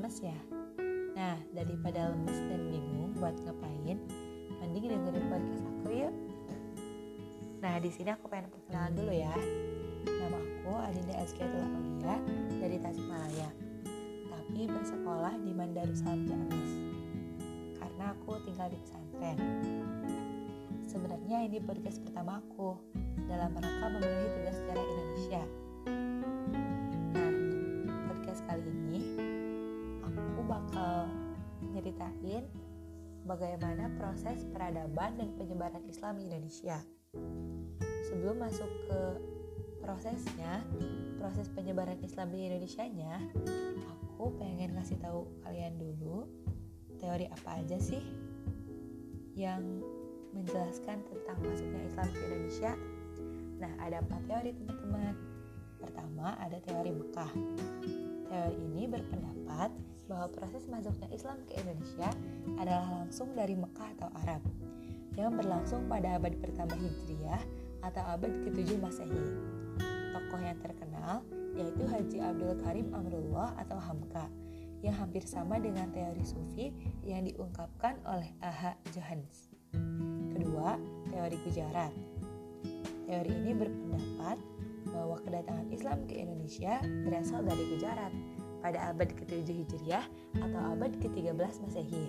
lemes ya? Nah, daripada lemes dan bingung buat ngapain, mending dengerin podcast aku yuk. Nah, di sini aku pengen perkenalan dulu ya. Nama aku Adinda Azkiatul Aulia dari Tasikmalaya, tapi bersekolah di Mandarussalam Ciamis karena aku tinggal di pesantren. Sebenarnya ini podcast pertama aku dalam rangka memenuhi tugas sejarah Indonesia. Nah, podcast kali ini aku bakal nyeritain bagaimana proses peradaban dan penyebaran Islam di Indonesia. Sebelum masuk ke prosesnya, proses penyebaran Islam di Indonesianya, aku pengen ngasih tahu kalian dulu teori apa aja sih yang menjelaskan tentang masuknya Islam ke Indonesia. Nah, ada 4 teori teman-teman. Pertama, ada teori Mekah. Teori ini berpendapat bahwa proses masuknya Islam ke Indonesia adalah langsung dari Mekah atau Arab yang berlangsung pada abad pertama Hijriah atau abad ke-7 Masehi. Tokoh yang terkenal yaitu Haji Abdul Karim Amrullah atau Hamka, yang hampir sama dengan teori Sufi yang diungkapkan oleh A.H. Johans. Kedua, teori Gujarat. Teori ini berpendapat bahwa kedatangan Islam ke Indonesia berasal dari Gujarat pada abad ke-7 Hijriah atau abad ke-13 Masehi.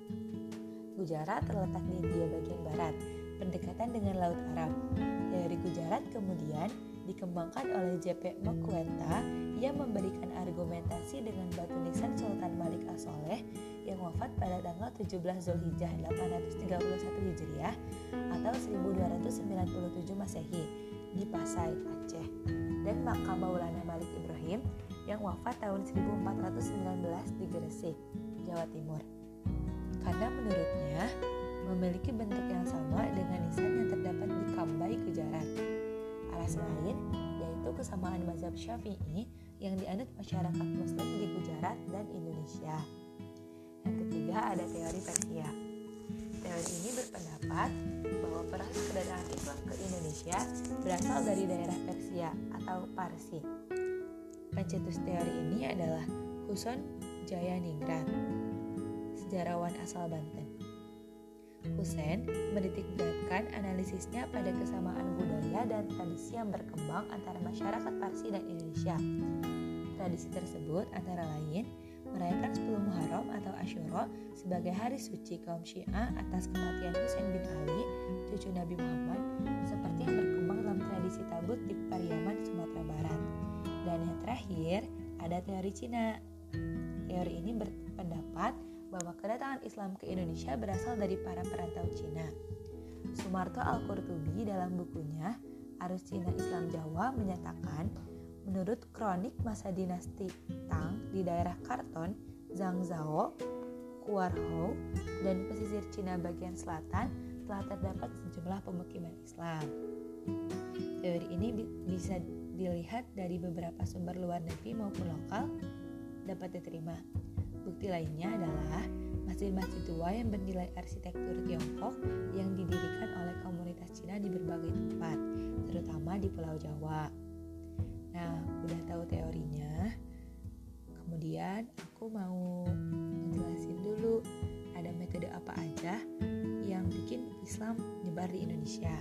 Gujarat terletak di India bagian barat, berdekatan dengan Laut Arab. Teori Gujarat kemudian dikembangkan oleh J.P. Mokwenta yang memberikan argumentasi dengan batu nisan Sultan Malik As-Soleh yang wafat pada tanggal 17 Zulhijjah 831 Hijriah atau 1297 Masehi di Pasai, Aceh, dan makam Maulana Malik Ibrahim yang wafat tahun 1419 di Gresik, Jawa Timur. Karena menurutnya memiliki bentuk yang sama dengan nisan yang terdapat di Kambai, Gujarat. Alasan lain yaitu kesamaan mazhab Syafi'i yang dianut masyarakat Muslim di Gujarat dan Indonesia. Yang ketiga, ada teori Persia. Teori ini berpendapat bahwa proses kedatangan Islam ke Indonesia berasal dari daerah Persia atau Parsi. Pencetus teori ini adalah Huson Jayaningrat, sejarawan asal Banten. Husein menitikberatkan analisisnya pada kesamaan budaya dan tradisi yang berkembang antara masyarakat Parsi dan Indonesia. Tradisi tersebut antara lain merayakan 10 Muharram atau Asyura sebagai hari suci kaum Syiah atas kematian Husain bin Ali, cucu Nabi Muhammad, seperti yang berkembang dalam tradisi tabut di Pariaman, Sumatera Barat. Dan yang terakhir, ada teori Cina. Teori ini berpendapat bahwa kedatangan Islam ke Indonesia berasal dari para perantau Cina. Sumarto Al-Qurtubi dalam bukunya Arus Cina Islam Jawa menyatakan, menurut kronik masa dinasti Tang di daerah Karton, Zhangzhou, Kuarhou, dan pesisir Cina bagian selatan telah terdapat sejumlah pemukiman Islam. Teori ini bisa dilihat dari beberapa sumber luar negeri maupun lokal dapat diterima. Bukti lainnya adalah masjid-masjid tua yang bernilai arsitektur Tiongkok yang didirikan oleh komunitas Cina di berbagai tempat, terutama di Pulau Jawa. Nah, udah tahu teorinya. Kemudian aku mau ngejelasin dulu ada metode apa aja yang bikin Islam nyebar di Indonesia.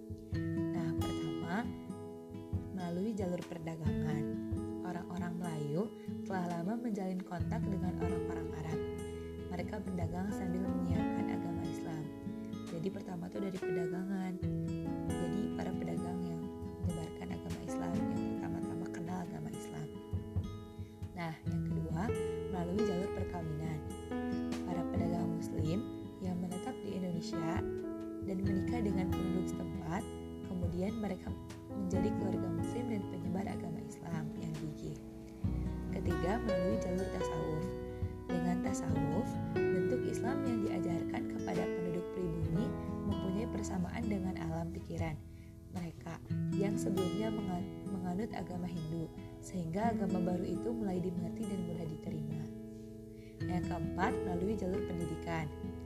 Nah, pertama, melalui jalur perdagangan. Orang-orang Melayu telah lama menjalin kontak dengan orang-orang Arab. Mereka berdagang sambil menyiarkan agama Islam. Jadi pertama tuh dari perdagangan. Jadi para pedagang yang menyebarkan agama Islam yang pertama-tama kenal agama Islam. Nah, yang kedua, melalui jalur perkawinan. Para pedagang Muslim yang menetap di Indonesia dan menikah dengan penduduk setempat, kemudian mereka menjadi keluarga Muslim dan penyebar agama Islam yang gigih. Ketiga, melalui jalur tasawuf. Dengan tasawuf, bentuk Islam yang diajarkan kepada penduduk pribumi mempunyai persamaan dengan alam pikiran mereka yang sebelumnya menganut agama Hindu, sehingga agama baru itu mulai dimengerti dan mudah diterima. Yang keempat, melalui jalur pendidikan.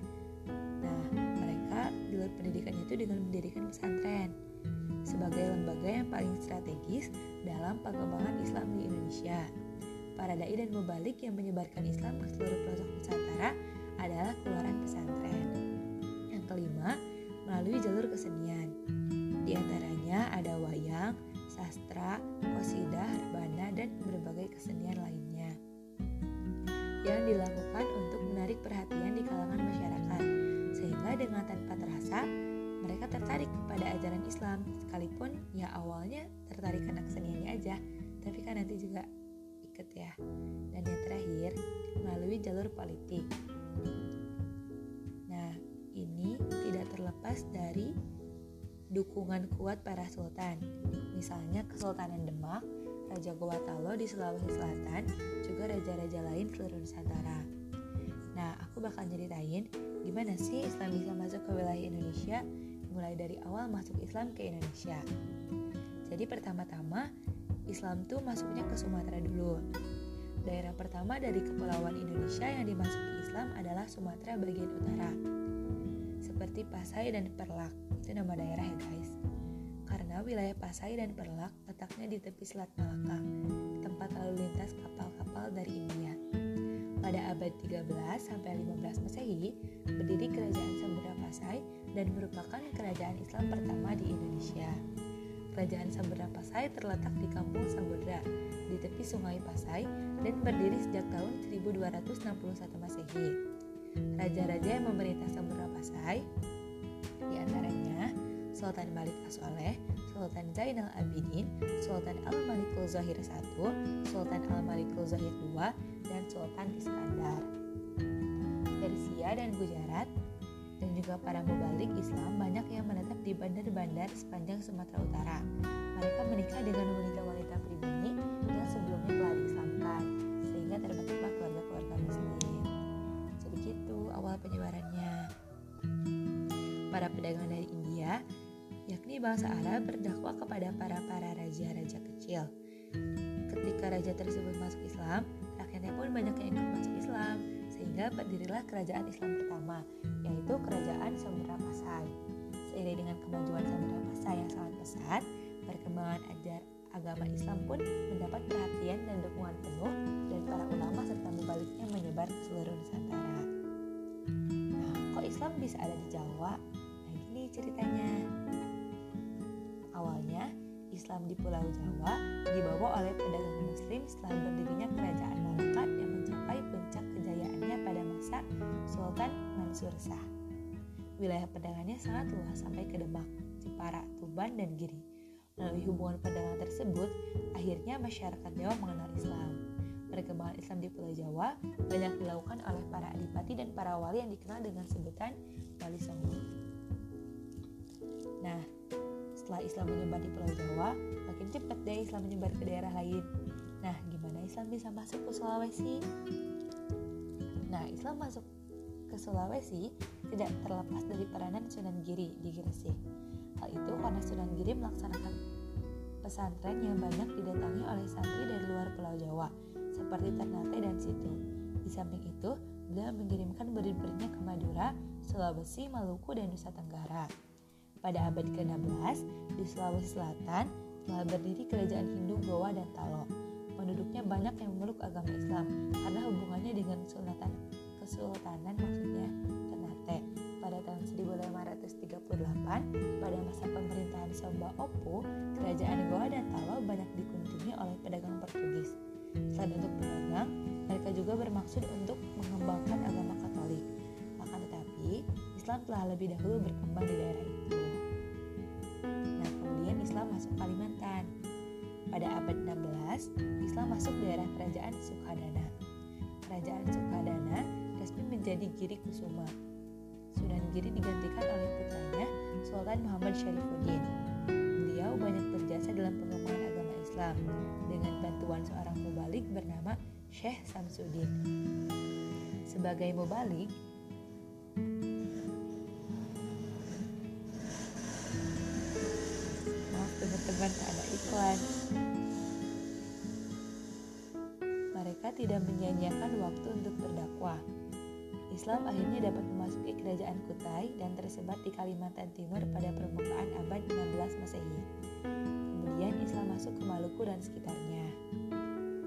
Nah, mereka jalur pendidikan itu dengan mendirikan pesantren sebagai lembaga yang paling strategis dalam pengembangan Islam di Indonesia. para dai dan mubalik yang menyebarkan Islam ke seluruh pelosok Nusantara adalah keluaran pesantren. Yang kelima, melalui jalur kesenian. Di antaranya ada wayang, sastra, qasidah, rebana, dan berbagai kesenian lainnya yang dilakukan untuk menarik perhatian di kalangan masyarakat, sehingga dengan tanpa terasa mereka tertarik kepada ajaran Islam, sekalipun ya awalnya tertarik karena keseniannya aja, tapi kan nanti juga ikut ya. Dan yang terakhir, melalui jalur politik. Nah, ini tidak terlepas dari dukungan kuat para sultan, misalnya Kesultanan Demak, Raja Gowatalo di Sulawesi Selatan, juga raja-raja lain seluruh Nusantara. Nah, aku bakal ceritain gimana sih Islam bisa masuk ke wilayah Indonesia, mulai dari awal masuk Islam ke Indonesia. Jadi pertama-tama, Islam tuh masuknya ke Sumatera dulu. Daerah pertama dari kepulauan Indonesia yang dimasuki Islam adalah Sumatera bagian utara, seperti Pasai dan Perlak. Itu nama daerah ya guys. Karena wilayah Pasai dan Perlak letaknya di tepi Selat Malaka, tempat lalu lintas kapal-kapal dari India. Pada abad 13 sampai 15 Masehi, berdiri Kerajaan Samudra Pasai dan merupakan kerajaan Islam pertama di Indonesia. Kerajaan Samudra Pasai terletak di Kampung Samudra, di tepi Sungai Pasai, dan berdiri sejak tahun 1261 Masehi. Raja-raja yang memerintah Samudra Pasai di antaranya Sultan Malik As-Soleh, Sultan Zainal Abidin, Sultan Al-Malikul Zahir I, Sultan Al-Malikul Zahir II, dan Sultan Iskandar. Persia dan Gujarat dan juga para mubalik Islam banyak yang menetap di bandar-bandar sepanjang Sumatera Utara. Mereka menikah dengan wanita-wanita pribumi yang sebelumnya telah diislamkan, sehingga terbentuklah keluarga-keluarga muslim. Jadi gitu awal penyebarannya. Para pedagang dari India, yakni bangsa Arab, berdakwah kepada para raja-raja kecil. Ketika raja tersebut masuk Islam, rakyatnya pun banyak yang ikut masuk Islam, sehingga berdirilah kerajaan Islam pertama, yaitu Kerajaan Samudra Pasai. Seiring dengan kemajuan Samudra Pasai yang sangat pesat, perkembangan agama Islam pun mendapat perhatian dan dukungan penuh, dan para ulama serta mubaliknya menyebar ke seluruh Nusantara. Nah, kok Islam bisa ada di Jawa? Nah, gini ceritanya. Awalnya, Islam di Pulau Jawa dibawa oleh pedagang muslim setelah berdirinya Kerajaan Malaka yang mencapai puncak kejayaannya pada masa Sultan Mansur Shah. Wilayah perdagangannya sangat luas sampai ke Demak, Jepara, Tuban, dan Giri. Melalui hubungan perdagangan tersebut, akhirnya masyarakat Jawa mengenal Islam. Perkembangan Islam di Pulau Jawa banyak dilakukan oleh para adipati dan para wali yang dikenal dengan sebutan Wali Songo. Nah, setelah Islam menyebar di Pulau Jawa, makin cepat deh Islam menyebar ke daerah lain. Nah, gimana Islam bisa masuk ke Sulawesi? Nah, Islam masuk ke Sulawesi tidak terlepas dari peranan Sunan Giri di Gresik. Hal itu karena Sunan Giri melaksanakan pesantren yang banyak didatangi oleh santri dari luar Pulau Jawa, seperti Ternate dan Situ. Di samping itu, beliau mengirimkan murid-muridnya ke Madura, Sulawesi, Maluku, dan Nusa Tenggara. Pada abad ke-16, di Sulawesi Selatan telah berdiri kerajaan Hindu Gowa dan Talo. Penduduknya banyak yang memeluk agama Islam karena hubungannya dengan kesultanan maksudnya Ternate. Pada tahun 1538, pada masa pemerintahan Somba Opu, kerajaan Gowa dan Talo banyak dikunjungi oleh pedagang Portugis. Selain untuk berdagang, mereka juga bermaksud untuk mengembangkan agama Katolik. Akan tetapi, Islam telah lebih dahulu berkembang di daerah itu. Nah, kemudian Islam masuk Kalimantan. Pada abad 16, Islam masuk daerah kerajaan Sukadana. Kerajaan Sukadana resmi menjadi Giri Kusuma. Sunan Giri digantikan oleh putranya Sultan Muhammad Syarifuddin. Beliau banyak berjasa dalam pengembangan agama Islam dengan bantuan seorang mubalik bernama Syekh Samsuddin. Sebagai mubalik, teman-teman ada iklan. Mereka tidak menyia-nyiakan waktu untuk berdakwah. Islam akhirnya dapat memasuki kerajaan Kutai dan tersebar di Kalimantan Timur pada permukaan abad 16 Masehi. Kemudian Islam masuk ke Maluku dan sekitarnya.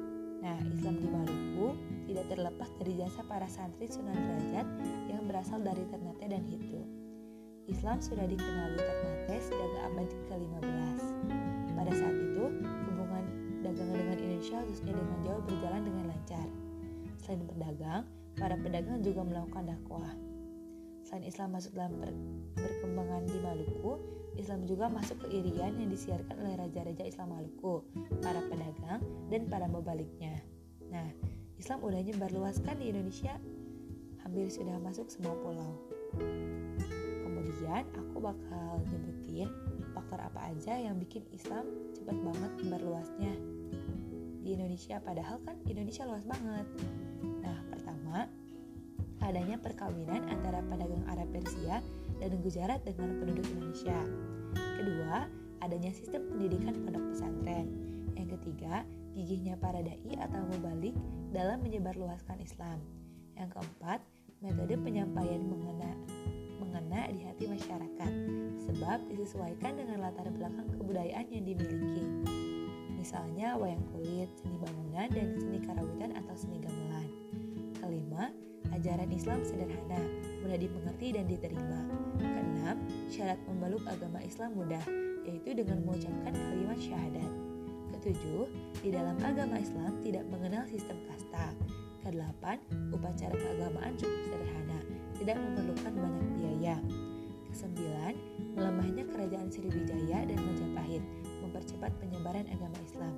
Nah, Islam di Maluku tidak terlepas dari jasa para santri Sunan Derajat yang berasal dari Ternate dan Hitu. Islam sudah dikenali Ternate sejak abad ke-15. Pada saat itu, hubungan dagangan dengan Indonesia khususnya dengan Jawa berjalan dengan lancar. Selain berdagang, para pedagang juga melakukan dakwah. Selain Islam masuk dalam perkembangan di Maluku, Islam juga masuk ke Irian yang disiarkan oleh raja-raja Islam Maluku, para pedagang, dan para mubaliknya. Nah, Islam udah nyebar luaskan di Indonesia, hampir sudah masuk semua pulau. Kemudian aku bakal nyebutin faktor apa aja yang bikin Islam cepat banget nyebar luasnya di Indonesia, padahal kan Indonesia luas banget. Nah, pertama, adanya perkawinan antara pedagang Arab Persia dan Gujarat dengan penduduk Indonesia. Kedua, adanya sistem pendidikan pondok pesantren. Yang ketiga, gigihnya para dai atau mubalik dalam menyebarluaskan Islam. Yang keempat, metode penyampaian mengena di hati masyarakat, sebab disesuaikan dengan latar belakang kebudayaan yang dimiliki. Misalnya wayang kulit, seni bangunan, dan seni karawitan atau seni gamelan. Kelima, ajaran Islam sederhana, mudah dimengerti dan diterima. Keenam, syarat memeluk agama Islam mudah, yaitu dengan mengucapkan kalimat syahadat. Ketujuh, di dalam agama Islam tidak mengenal sistem kasta. Kedelapan, upacara keagamaan cukup sederhana, tidak memerlukan banyak biaya. Kesembilan, melemahnya kerajaan Sriwijaya dan Majapahit, mempercepat penyebaran agama Islam.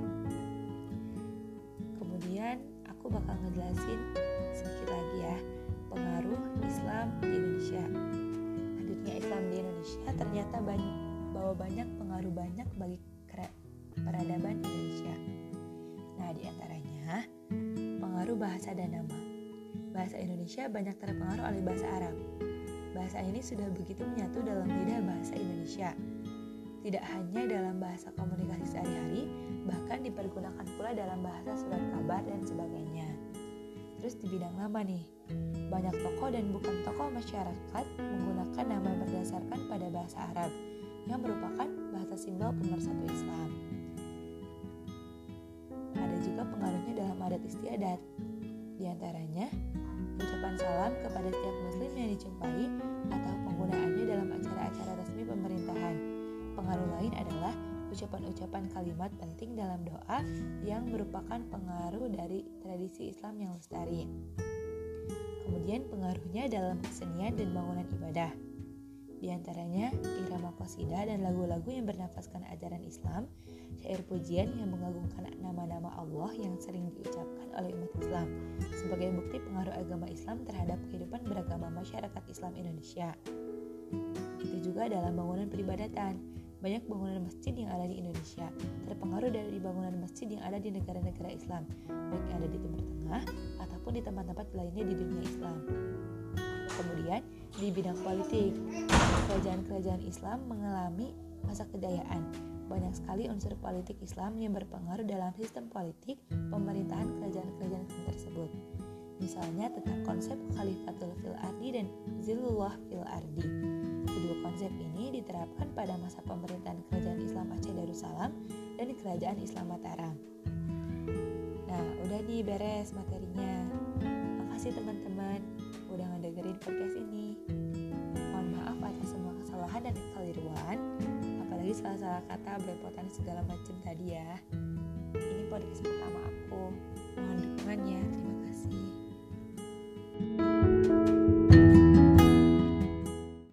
Kemudian aku bakal ngejelasin sedikit lagi ya, pengaruh Islam di Indonesia. Hadirnya Islam di Indonesia ternyata bawa banyak pengaruh banyak bagi peradaban Indonesia. Nah, diantaranya pengaruh bahasa dan nama. Bahasa Indonesia banyak terpengaruh oleh bahasa Arab. Bahasa ini sudah begitu menyatu dalam lidah bahasa Indonesia. Tidak hanya dalam bahasa komunikasi sehari-hari, bahkan dipergunakan pula dalam bahasa surat kabar dan sebagainya. Terus di bidang nama nih, banyak tokoh dan bukan tokoh masyarakat menggunakan nama berdasarkan pada bahasa Arab, yang merupakan bahasa simbol pemersatu Islam. Ada juga pengaruhnya dalam adat istiadat. Di antaranya, ucapan salam kepada setiap muslim yang dijumpai atau penggunaannya dalam acara-acara resmi pemerintahan. Pengaruh lain adalah ucapan-ucapan kalimat penting dalam doa yang merupakan pengaruh dari tradisi Islam yang lestari. Kemudian pengaruhnya dalam kesenian dan bangunan ibadah. Di antaranya irama qasidah dan lagu-lagu yang bernafaskan ajaran Islam, syair pujian yang mengagungkan nama-nama Allah yang sering diucapkan oleh umat Islam sebagai bukti pengaruh agama Islam terhadap kehidupan beragama masyarakat Islam Indonesia. Itu juga dalam bangunan peribadatan. Banyak bangunan masjid yang ada di Indonesia terpengaruh dari bangunan masjid yang ada di negara-negara Islam, baik yang ada di Timur Tengah ataupun di tempat-tempat lainnya di dunia Islam. Kemudian di bidang politik, kerajaan-kerajaan Islam mengalami masa kejayaan. Banyak sekali unsur politik Islam yang berpengaruh dalam sistem politik pemerintahan kerajaan-kerajaan tersebut. Misalnya tentang konsep Khalifatul fil Ardi dan Zillullah fil Ardi. Kedua konsep ini diterapkan pada masa pemerintahan kerajaan Islam Aceh Darussalam dan kerajaan Islam Mataram. Nah, udah nih beres materinya. Makasih teman-teman udah ngedengerin podcast ini. Mohon maaf atas semua kesalahan dan kekeliruan, apalagi salah-salah kata, belepotan segala macam tadi ya. Ini podcast